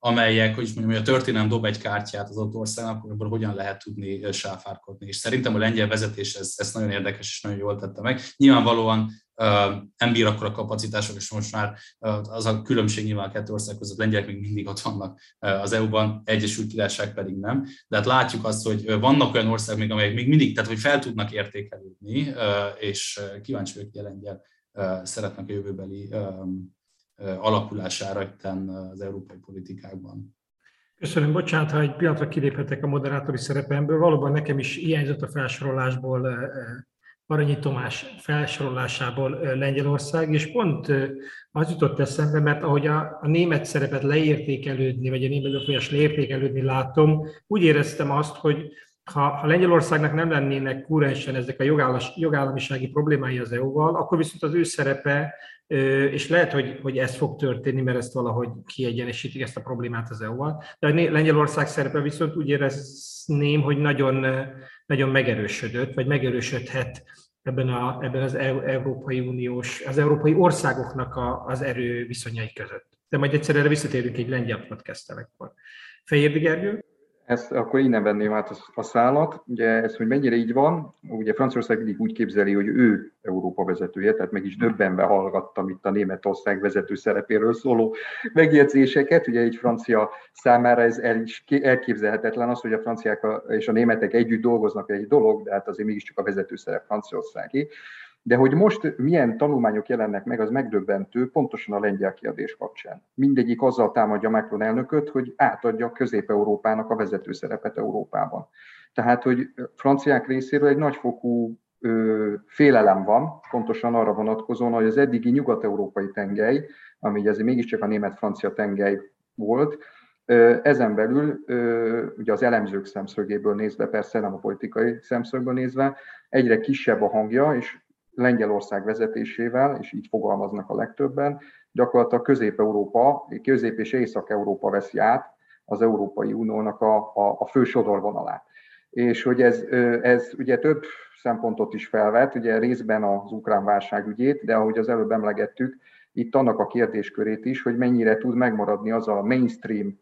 amelyek, hogy is mondjam, hogy a történelem dob egy kártyát az ott országnak, akkor abban hogyan lehet tudni sáfárkodni. És szerintem a lengyel vezetés ezt, ezt nagyon érdekes és nagyon jól tette meg. Nyilvánvalóan uh, nem bír akkor a kapacitások, és most már uh, az a különbség nyilván a kettő ország között, lengyelek még mindig ott vannak uh, az é u-ban, Egyesült Királyság pedig nem. De hát látjuk azt, hogy vannak olyan országok még, amelyek még mindig, tehát hogy fel tudnak értékelődni, uh, és kíváncsi vagyok, hogy a lengyel uh, szeretnek a jövőbeli um, alakulására itten az európai politikákban. Köszönöm, bocsánat, ha egy pillanatra kiléphetek a moderátori szerepemből. Valóban nekem is hiányzott a felsorolásból, Baranyi Tomás felsorolásából Lengyelország, és pont az jutott eszembe, mert ahogy a, a német szerepet leértékelődni, vagy a német befolyás leértékelődni látom, úgy éreztem azt, hogy ha, ha Lengyelországnak nem lennének kúrensen ezek a jogállas, jogállamisági problémái az é u-val, akkor viszont az ő szerepe, és lehet, hogy, hogy ez fog történni, mert ezt valahogy kiegyenesítik ezt a problémát az é u-val. De a Lengyelország szerepe viszont úgy érezném, hogy nagyon, nagyon megerősödött, vagy megerősödhet ebben, a, ebben az Európai Uniós, az európai országoknak a, az erő viszonyai között. De majd egyszer erre visszatérünk egy lengyel podcast-tel akkor. Fejérdi Gergő? Ezt akkor innen venném át a szálat. Ugye ez, hogy mennyire így van, ugye Franciaország mindig úgy képzeli, hogy ő Európa vezetője, tehát meg is döbbenve hallgattam itt a Németország vezető szerepéről szóló megjegyzéseket. Ugye egy francia számára ez el is elképzelhetetlen az, hogy a franciák és a németek együtt dolgoznak egy dolog, de hát azért mégiscsak a vezető szerep Franciaországé. De hogy most milyen tanulmányok jelennek meg, az megdöbbentő, pontosan a lengyel kérdés kapcsán. Mindegyik azzal támadja Macron elnököt, hogy átadja Közép-Európának a vezető szerepet Európában. Tehát, hogy franciák részéről egy nagyfokú ö, félelem van, pontosan arra vonatkozóan, hogy az eddigi nyugat-európai tengely, ami azért mégiscsak a német-francia tengely volt, ö, ezen belül, ö, ugye az elemzők szemszögéből nézve, persze nem a politikai szemszögből nézve, egyre kisebb a hangja, és Lengyelország vezetésével, és így fogalmaznak a legtöbben, gyakorlatilag Közép-Európa, Közép- és Észak-Európa veszi át az Európai Uniónak a, a, a fő sodorvonalát. És hogy ez, ez ugye több szempontot is felvet, ugye részben az ukrán válság ügyét, de ahogy az előbb emlegettük, itt annak a kérdéskörét is, hogy mennyire tud megmaradni az a mainstream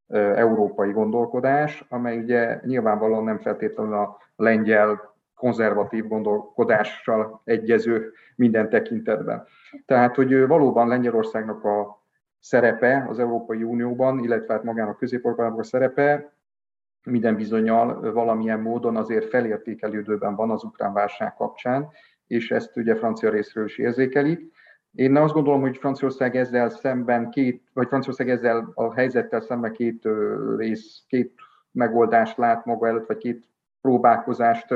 európai gondolkodás, amely ugye nyilvánvalóan nem feltétlenül a lengyel konzervatív gondolkodással egyező minden tekintetben. Tehát, hogy valóban Lengyelországnak a szerepe az Európai Unióban, illetve hát magának Közép-Európában a szerepe minden bizonnyal valamilyen módon azért felértékelődőben van az ukrán válság kapcsán, és ezt ugye francia részről is érzékelik. Én azt gondolom, hogy Franciaország ezzel szemben két, vagy Franciaország ezzel a helyzettel szemben két rész, két megoldást lát maga előtt, vagy két próbálkozást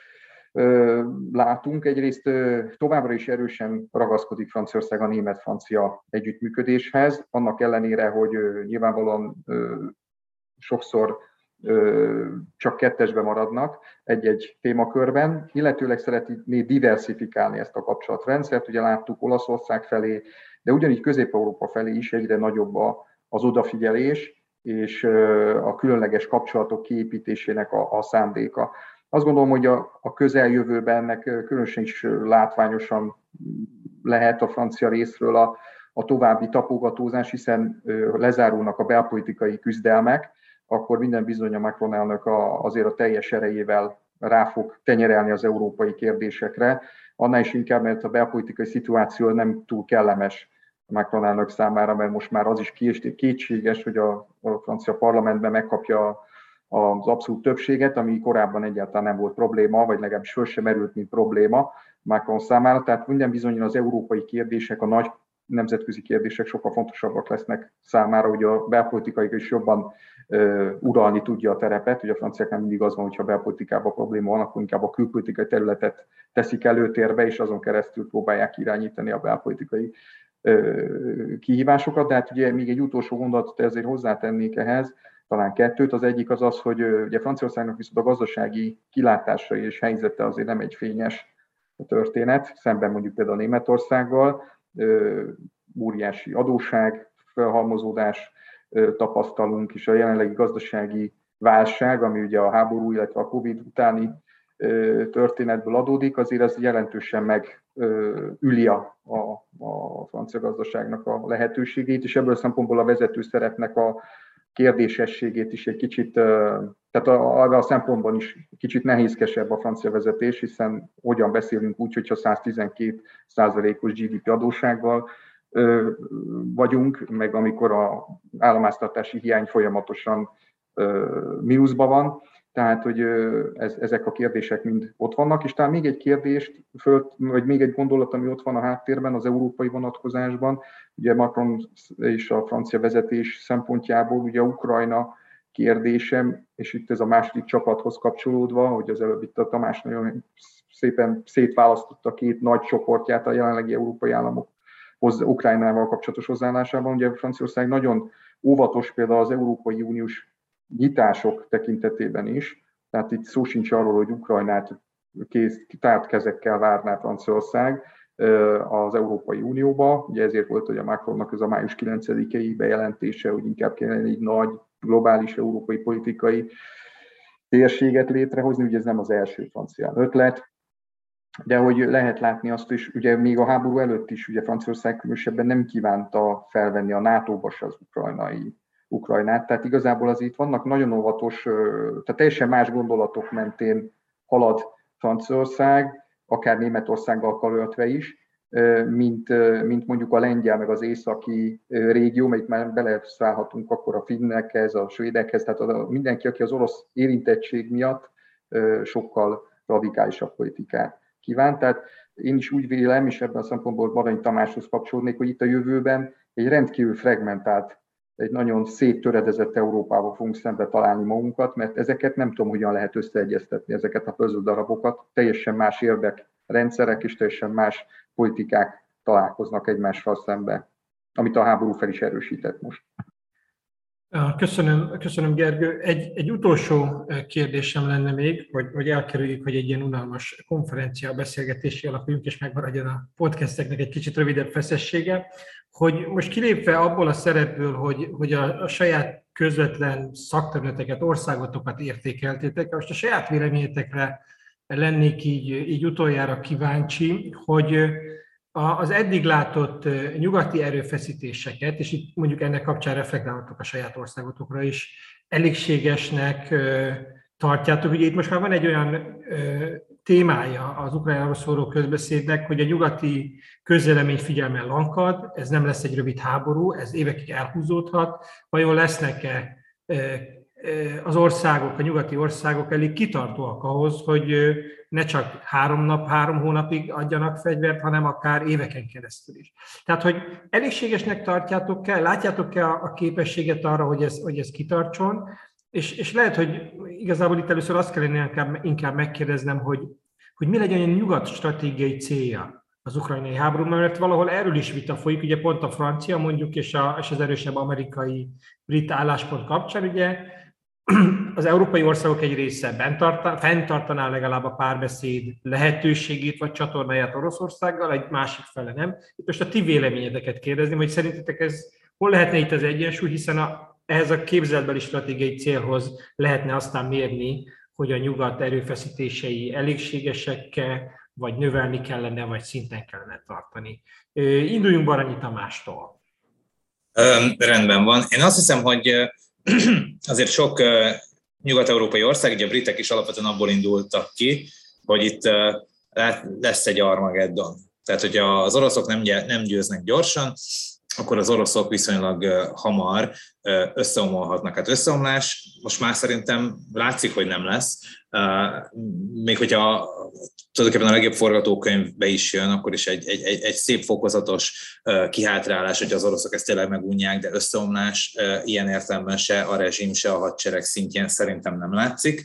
látunk. Egyrészt továbbra is erősen ragaszkodik Franciaország a német-francia együttműködéshez, annak ellenére, hogy nyilvánvalóan sokszor csak kettesbe maradnak egy-egy témakörben, illetőleg szeretné diversifikálni ezt a kapcsolatrendszert. Ugye láttuk Olaszország felé, de ugyanígy Közép-Európa felé is egyre nagyobb az odafigyelés és a különleges kapcsolatok kiépítésének a, a szándéka. Azt gondolom, hogy a, a közeljövőben ennek különösen is látványosan lehet a francia részről a, a további tapogatózás, hiszen lezárulnak a belpolitikai küzdelmek, akkor minden bizony a Macron elnök a, azért a teljes erejével rá fog tenyerelni az európai kérdésekre, annál is inkább, mert a belpolitikai szituáció nem túl kellemes a Macron elnök számára, mert most már az is kétséges, hogy a, a francia parlamentben megkapja az abszolút többséget, ami korábban egyáltalán nem volt probléma, vagy legalábbis föl sem merült, mint probléma Macron számára. Tehát minden bizonnyal az európai kérdések, a nagy nemzetközi kérdések sokkal fontosabbak lesznek számára, hogy a belpolitikai is jobban uh, uralni tudja a terepet. Ugye a franciáknál mindig az van, hogyha a belpolitikában probléma van, akkor inkább a külpolitikai területet teszik előtérbe, és azon keresztül próbálják irányítani a belpolitikai uh, kihívásokat. De hát ugye még egy utolsó gondolatot ezért hozzátennék ehhez, talán kettőt. Az egyik az az, hogy ugye Franciaországnak viszont a gazdasági kilátásai és helyzete azért nem egy fényes történet, szemben mondjuk például Németországgal, óriási adósság, felhalmozódás tapasztalunk, és a jelenlegi gazdasági válság, ami ugye a háború, illetve a Covid utáni történetből adódik, azért ez jelentősen megüli a, a, a francia gazdaságnak a lehetőségét, és ebből a szempontból a vezető szerepnek a, kérdésességét is egy kicsit, tehát arra a szempontban is kicsit nehézkesebb a francia vezetés, hiszen hogyan beszélünk úgy, hogyha száztizenkét százalékos gé dé pé adóssággal vagyunk, meg amikor az államháztartási hiány folyamatosan mínuszban van. Tehát, hogy ez, ezek a kérdések mind ott vannak, és talán még egy kérdést, föl, vagy még egy gondolat, ami ott van a háttérben, az európai vonatkozásban, ugye Macron és a francia vezetés szempontjából, ugye Ukrajna kérdésem, és itt ez a második csapathoz kapcsolódva, hogy az előbb itt a Tamás nagyon szépen szétválasztotta két nagy csoportját a jelenlegi európai államok Ukrajnával kapcsolatos hozzáállásában. Ugye Franciaország nagyon óvatos például az Európai Uniós nyitások tekintetében is, tehát itt szó sincs arról, hogy Ukrajnát kész, tárt kezekkel várná Franciaország az Európai Unióba. Ugye ezért volt, hogy a Macronnak ez a május kilencedikei bejelentése, hogy inkább kellene egy nagy globális európai politikai térséget létrehozni, ugye ez nem az első francia ötlet, de hogy lehet látni azt is, ugye még a háború előtt is, ugye Franciaország különösebben nem kívánta felvenni a nátóba se az ukrajnai Ukrajnát, tehát igazából az itt vannak nagyon óvatos, tehát teljesen más gondolatok mentén halad Franciaország, akár Németországgal karöltve is, mint, mint mondjuk a lengyel, meg az északi régió, melyik már beleszállhatunk akkor a finnekhez, a svédekhez, tehát a, mindenki, aki az orosz érintettség miatt sokkal radikálisabb politikát kíván. Tehát én is úgy vélem, és ebben a szempontból Baranyi Tamáshoz kapcsolódnék, hogy itt a jövőben egy rendkívül fragmentált, egy nagyon széttöredezett Európába fogunk szembe találni magunkat, mert ezeket nem tudom, hogyan lehet összeegyeztetni, ezeket a puzzle darabokat. Teljesen más érdekrendszerek és teljesen más politikák találkoznak egymással szembe, amit a háború fel is erősített most. Köszönöm, köszönöm Gergő. Egy, egy utolsó kérdésem lenne még, hogy, hogy elkerüljük, hogy egy ilyen unalmas konferencia beszélgetési alakuljunk, és megmaradjon a podcasteknek egy kicsit rövidebb feszessége, hogy most kilépve abból a szerepből, hogy, hogy a, a saját közvetlen szakterületeket, országotokat értékeltétek, most a saját véleményetekre lennék így, így utoljára kíváncsi, hogy az eddig látott nyugati erőfeszítéseket, és itt mondjuk ennek kapcsán reflektálhatok a saját országotokra is, elégségesnek tartjátok. Ugye itt most már van egy olyan témája az Ukrajnáról szóló közbeszédnek, hogy a nyugati közvélemény figyelme lankad, ez nem lesz egy rövid háború, ez évekig elhúzódhat. Vajon lesznek-e az országok, a nyugati országok elég kitartóak ahhoz, hogy ne csak három nap, három hónapig adjanak fegyvert, hanem akár éveken keresztül is. Tehát, hogy elégségesnek tartjátok-e, látjátok-e a képességet arra, hogy ez, hogy ez kitartson, és, és lehet, hogy igazából itt először azt kellene inkább, inkább megkérdeznem, hogy, hogy mi legyen a nyugat stratégiai célja az ukrajnai háborúban, mert valahol erről is vita folyik, ugye pont a francia mondjuk, és, a, és az erősebb amerikai brit álláspont kapcsán, ugye az európai országok egy része fenntartaná legalább a párbeszéd lehetőségét vagy csatornáját Oroszországgal, egy másik fele nem. Itt most a ti véleményedeket kérdezném, hogy szerintetek ez hol lehetne itt az egyensúly, hiszen a, ehhez a képzeletbeli stratégiai célhoz lehetne aztán mérni, hogy a nyugat erőfeszítései elégségesek-e, vagy növelni kellene, vagy szinten kellene tartani. Induljunk Baranyi Tamástól. Rendben van. Én azt hiszem, hogy azért sok nyugat-európai ország, ugye a britek is alapvetően abból indultak ki, hogy itt lesz egy Armageddon. Tehát, hogy az oroszok nem, nem győznek gyorsan, akkor az oroszok viszonylag hamar összeomolhatnak. Hát összeomlás most már szerintem látszik, hogy nem lesz. Még hogyha tulajdonképpen a legjobb forgatókönyvbe is jön, akkor is egy, egy, egy szép fokozatos kihátrálás, hogy az oroszok ezt tényleg megunják, de összeomlás ilyen értelemben se a rezsim, se a hadsereg szintjén szerintem nem látszik.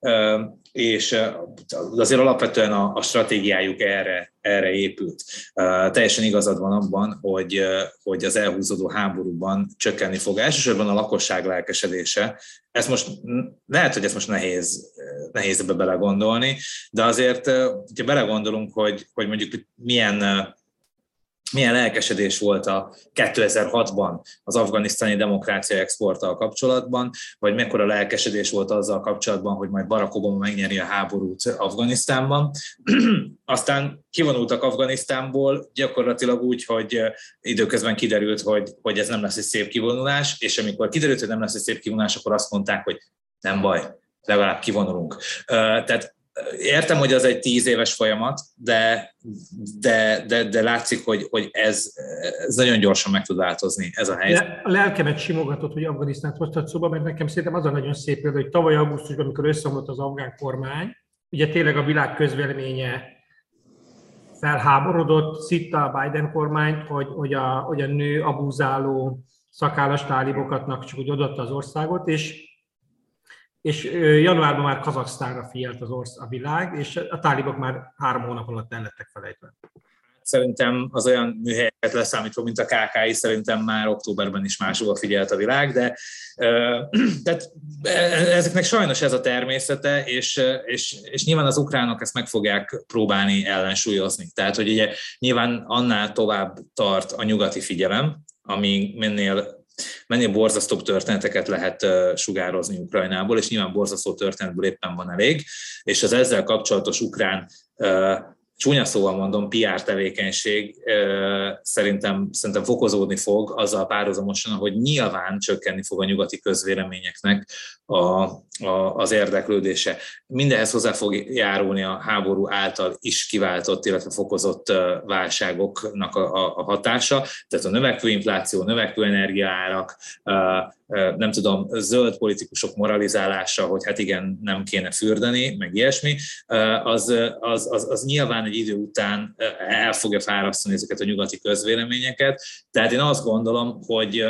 És azért alapvetően a, a stratégiájuk erre, erre épült. Teljesen igazad van abban, hogy, hogy az elhúzódó háborúban csökkenni fog elsősorban a lakosság lelkesedése. Ez most, lehet, hogy ez most nehéz, nehéz ebbe belegondolni, de azért, hogyha belegondolunk, hogy, hogy mondjuk milyen milyen lelkesedés volt a kétezer-hatban az afganisztáni demokrácia exporttal kapcsolatban, vagy mekkora lelkesedés volt azzal kapcsolatban, hogy majd Barack Obama megnyeri a háborút Afganisztánban, Aztán kivonultak Afganisztánból, gyakorlatilag úgy, hogy időközben kiderült, hogy, hogy ez nem lesz egy szép kivonulás, és amikor kiderült, hogy nem lesz egy szép kivonulás, akkor azt mondták, hogy nem baj, legalább kivonulunk. Tehát értem, hogy az egy tíz éves folyamat, de, de, de, de látszik, hogy, hogy ez, ez nagyon gyorsan meg tud változni, ez a helyzet. De a lelkemet simogatott, hogy Afganisztánt hoztad szóba, mert nekem szerintem az a nagyon szép példa, hogy tavaly augusztusban, amikor összeomlott az afgán kormány, ugye tényleg a világ közvéleménye felháborodott, szitta a Biden kormányt, hogy, hogy, a, hogy a nő abúzáló szakállas tálibokatnak csak úgy odaadta az országot, és és januárban már Kazaksztánra figyelt az orsz, a világ, és a tálibok már három hónap alatt el lettek felejtve. Szerintem az olyan műhelyeket leszámítva, mint a ká ká i, szerintem már októberben is máshova figyelt a világ, de tehát ezeknek sajnos ez a természete, és, és, és nyilván az ukránok ezt meg fogják próbálni ellensúlyozni. Tehát, hogy ugye nyilván annál tovább tart a nyugati figyelem, ami minél mennél borzasztóbb történeteket lehet sugározni Ukrajnából, és nyilván borzasztó történetből éppen van elég, és az ezzel kapcsolatos ukrán, csúnya szóval mondom, pé er tevékenység szerintem, szerintem fokozódni fog azzal párhuzamosan, hogy nyilván csökkenni fog a nyugati közvéleményeknek a, a, az érdeklődése. Mindenhez hozzá fog járulni a háború által is kiváltott, illetve fokozott válságoknak a, a, a hatása, tehát a növekvő infláció, növekvő energiaárak, nem tudom, zöld politikusok moralizálása, hogy hát igen, nem kéne fürdeni, meg ilyesmi, az, az, az, az nyilván egy idő után el fogja fárasztani ezeket a nyugati közvéleményeket. Tehát én azt gondolom, hogy,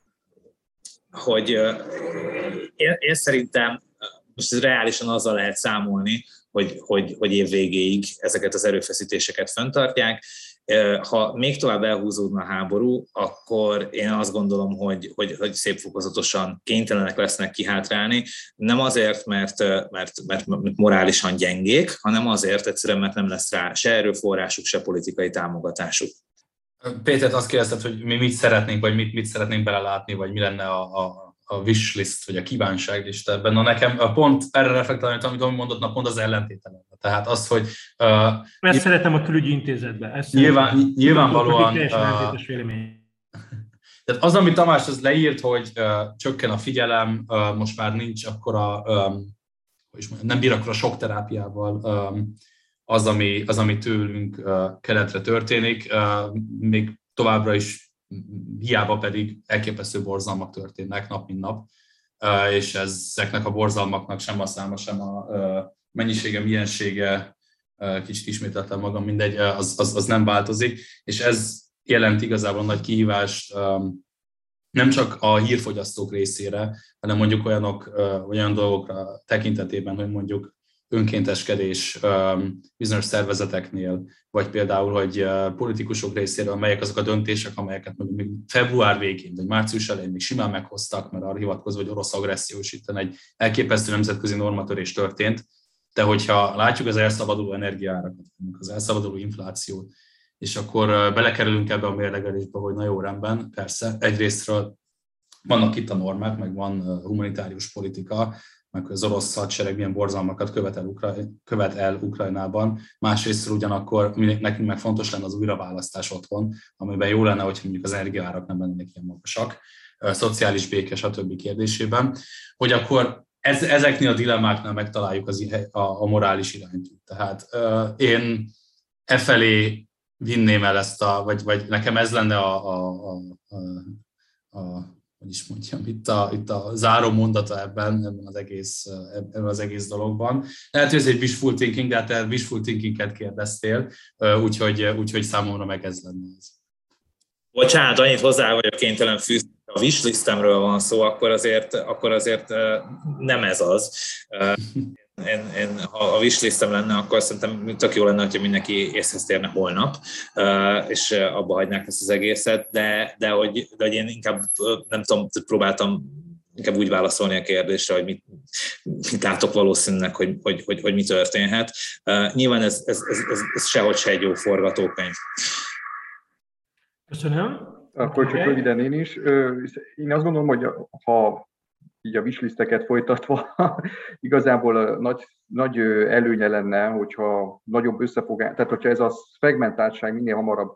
hogy én, én szerintem most ez reálisan azzal lehet számolni, hogy, hogy, hogy év végéig ezeket az erőfeszítéseket fenntartják. Ha még tovább elhúzódna a háború, akkor én azt gondolom, hogy, hogy, hogy szép fokozatosan kénytelenek lesznek kihátrálni. Nem azért, mert, mert, mert, mert morálisan gyengék, hanem azért egyszerűen, mert nem lesz rá se erőforrásuk, se politikai támogatásuk. Péter, azt kérdezted, hogy mi mit szeretnénk, vagy mit, mit szeretnénk belelátni, vagy mi lenne a, a, a wishlist, vagy a kívánságlista ebben. Na nekem a pont erre reflektálni, amit mondott, na pont az ellentételen. Tehát az, hogy... Uh, Ezt nyilv... szeretem a külügyi intézetben. Ezt nyilván, nyilvánvalóan... Uh, tehát az, amit Tamás az leírt, hogy uh, csökken a figyelem, uh, most már nincs akkora, um, hogy is mondjam, nem bír akkora sokterápiával um, az, ami, az, ami tőlünk uh, keletre történik, uh, még továbbra is hiába pedig elképesztő borzalmak történnek nap mint nap, uh, és ezeknek a borzalmaknak sem a száma, sem a uh, mennyisége, miensége, uh, kicsit ismételtem magam, mindegy, uh, az, az, az nem változik, és ez jelent igazából nagy kihívást um, nem csak a hírfogyasztók részére, hanem mondjuk olyanok, uh, olyan dolgokra tekintetében, hogy mondjuk önkénteskedés bizonyos szervezeteknél, vagy például, hogy politikusok részéről melyek azok a döntések, amelyeket még február végén, vagy március elején még simán meghoztak, mert arra hivatkozva, hogy orosz agresszió is itt egy elképesztő nemzetközi normatörés történt, de hogyha látjuk az elszabaduló energiaárakat, az elszabaduló inflációt, és akkor belekerülünk ebbe a mérlegelésbe, hogy na jó, rendben, persze, egyrésztről vannak itt a normák, meg van humanitárius politika, meg hogy az orosz hadsereg milyen borzalmakat követ el, Ukra- követ el Ukrajnában. Másrészt ugyanakkor nekünk meg fontos lenne az újraválasztás otthon, amiben jó lenne, hogyha mondjuk az energiaárak nem lennének ilyen magasak, szociális béke, stb. Kérdésében, hogy akkor ez, ezeknél a dilemmáknál megtaláljuk az, a, a morális irányt. Tehát uh, én e felé vinném el ezt a, vagy, vagy nekem ez lenne a, a, a, a, a hogy is mondjam, itt a, itt a záró mondata ebben, ebben, az egész, ebben az egész dologban. Lehet, hogy ez egy wishful thinking, de hát te wishful thinking-et kérdeztél, úgyhogy, úgyhogy számomra meg ez lenne ez. Bocsánat, annyit hozzá vagyok kénytelen fűzni, a wishlistemről van szó, akkor azért, akkor azért nem ez az. Én, én, ha a wishlistem lenne, akkor szerintem tök jó lenne, hogyha mindenki észhez térne holnap, és abba hagynák ezt az egészet, de, de, hogy, de hogy én inkább, nem tudom, próbáltam inkább úgy válaszolni a kérdésre, hogy mit, mit látok valószínűleg, hogy, hogy, hogy, hogy mi történhet. Nyilván ez, ez, ez, ez, ez sehogy se egy jó forgatókönyv. Köszönöm. Akkor csak röviden én is. Én azt gondolom, hogy ha így a wishlisteket folytatva, igazából nagy, nagy előnye lenne, hogyha nagyobb összefogás, tehát hogyha ez a fragmentáltság minél hamarabb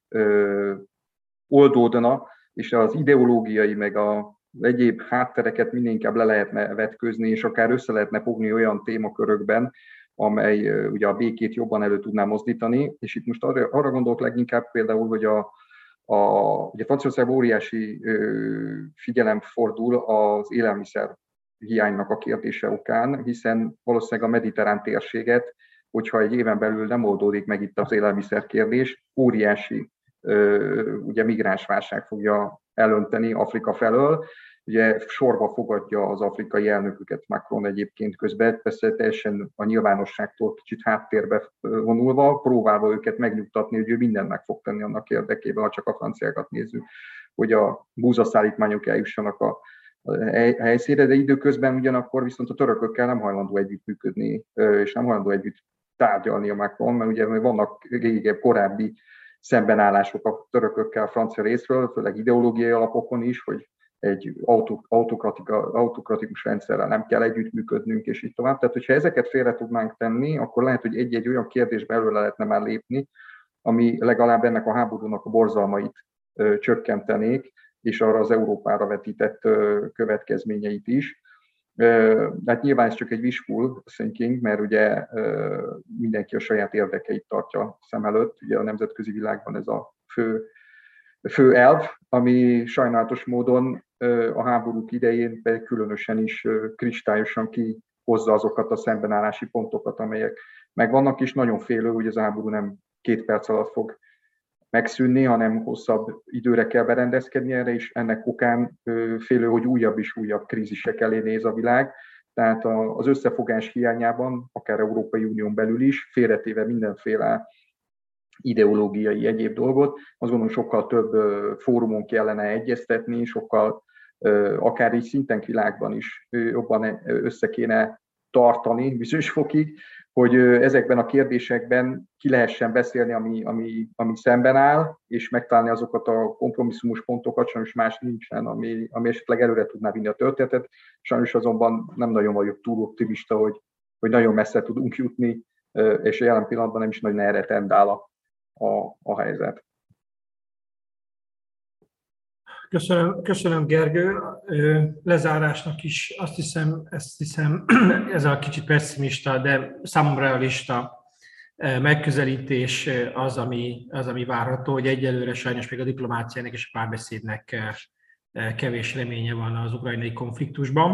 ö, oldódna, és az ideológiai meg a egyéb háttereket minél inkább le lehetne vetközni, és akár össze lehetne fogni olyan témakörökben, amely ugye a békét jobban elő tudná mozdítani, és itt most arra, arra gondolok leginkább például, hogy a, a, ugye Franciaországban óriási ö, figyelem fordul az élelmiszer hiánynak a kérdése okán, hiszen valószínűleg a mediterrán térséget, hogyha egy éven belül nem oldódik meg itt az élelmiszer kérdés, óriási ö, ugye migránsválság fogja elönteni Afrika felől. Ugye sorba fogadja az afrikai elnöküket Macron egyébként közben, persze teljesen a nyilvánosságtól kicsit háttérbe vonulva, próbálva őket megnyugtatni, hogy ő mindent meg fog tenni annak érdekében, ha csak a franciákat nézzük, hogy a búzaszállítmányok eljussanak a helyszínre, de időközben ugyanakkor viszont a törökökkel nem hajlandó együttműködni, és nem hajlandó együtt tárgyalni a Macron, mert ugye vannak régebb korábbi szembenállások a törökökkel a francia részről, főleg ideológiai alapokon is, hogy egy autokratikus rendszerrel nem kell együttműködnünk, és így tovább. Tehát, hogyha ezeket félre tudnánk tenni, akkor lehet, hogy egy-egy olyan kérdésbe előre lehetne már lépni, ami legalább ennek a háborúnak a borzalmait ö, csökkentenék, és arra az Európára vetített ö, következményeit is. Ö, hát nyilván ez csak egy wishful thinking, mert ugye ö, mindenki a saját érdekeit tartja szem előtt. Ugye a nemzetközi világban ez a fő fő elv, ami sajnálatos módon a háborúk idején pedig különösen is kristályosan kihozza azokat a szembenállási pontokat, amelyek megvannak, és nagyon félő, hogy az háború nem két perc alatt fog megszűnni, hanem hosszabb időre kell berendezkedni erre, és ennek okán félő, hogy újabb és újabb krízisek elé néz a világ. Tehát az összefogás hiányában, akár Európai Unión belül is, félretéve mindenféle ideológiai egyéb dolgot, azt gondolom sokkal több fórumon kellene egyeztetni, sokkal akár így szinten világban is jobban össze kéne tartani bizonyos fokig, hogy ezekben a kérdésekben ki lehessen beszélni, ami, ami, ami szemben áll, és megtalálni azokat a kompromisszumos pontokat, sajnos más nincsen, ami, ami esetleg előre tudná vinni a történetet. Sajnos azonban nem nagyon vagyok túl optimista, hogy, hogy nagyon messze tudunk jutni, és a jelen pillanatban nem is nagyon erre tendál a A, a helyzet. Köszönöm, köszönöm Gergő. Lezárásnak is azt hiszem, ezt hiszem, ez a kicsit pessimista, de számomra realista megközelítés az, ami, az, ami várható, hogy egyelőre sajnos még a diplomáciának és a párbeszédnek kevés reménye van az ukrajnai konfliktusban.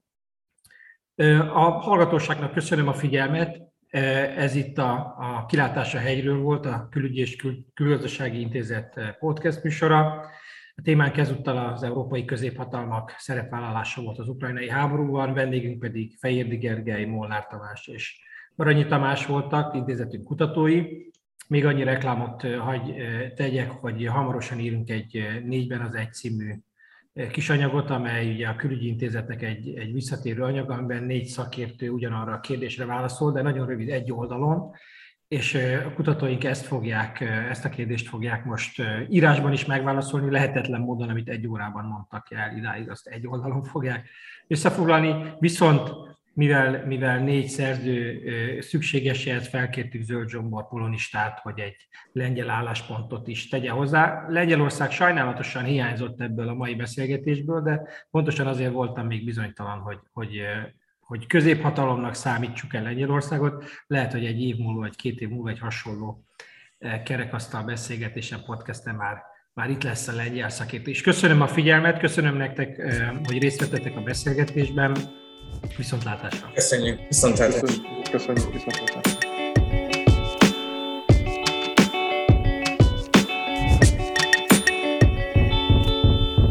A hallgatóságnak köszönöm a figyelmet. Ez itt a, a Kilátás a hegyről volt, a Külügyi és Kül- Külgazdasági Intézet podcast műsora. A témánk ezúttal az európai középhatalmak szerepvállalása volt az ukrajnai háborúban, vendégünk pedig Fejérdi Gergely, Molnár Tamás és Baranyi Tamás voltak, intézetünk kutatói. Még annyi reklámot hagy tegyek, hogy hamarosan írunk egy négyben az egy című kisanyagot, amely ugye a Külügyi Intézetnek egy, egy visszatérő anyag, amiben négy szakértő ugyanarra a kérdésre válaszol, de nagyon rövid egy oldalon, és a kutatóink ezt fogják, ezt a kérdést fogják most írásban is megválaszolni, lehetetlen módon, amit egy órában mondtak el idáig, azt egy oldalon fogják összefoglalni, viszont mivel, mivel négy szerző szükséges, ehhez felkértük Zöld Zsombor polonistát, hogy egy lengyel álláspontot is tegye hozzá. Lengyelország sajnálatosan hiányzott ebből a mai beszélgetésből, de pontosan azért voltam még bizonytalan, hogy, hogy, hogy középhatalomnak számítsuk el Lengyelországot. Lehet, hogy egy év múlva, vagy két év múlva egy hasonló kerekasztal beszélgetésen, podcasten már, már itt lesz a lengyel szakértő. És köszönöm a figyelmet, köszönöm nektek, hogy részt vettetek a beszélgetésben. Viszontlátásra! Köszönjük! Viszontlátásra! Köszönjük! Viszontlátásra!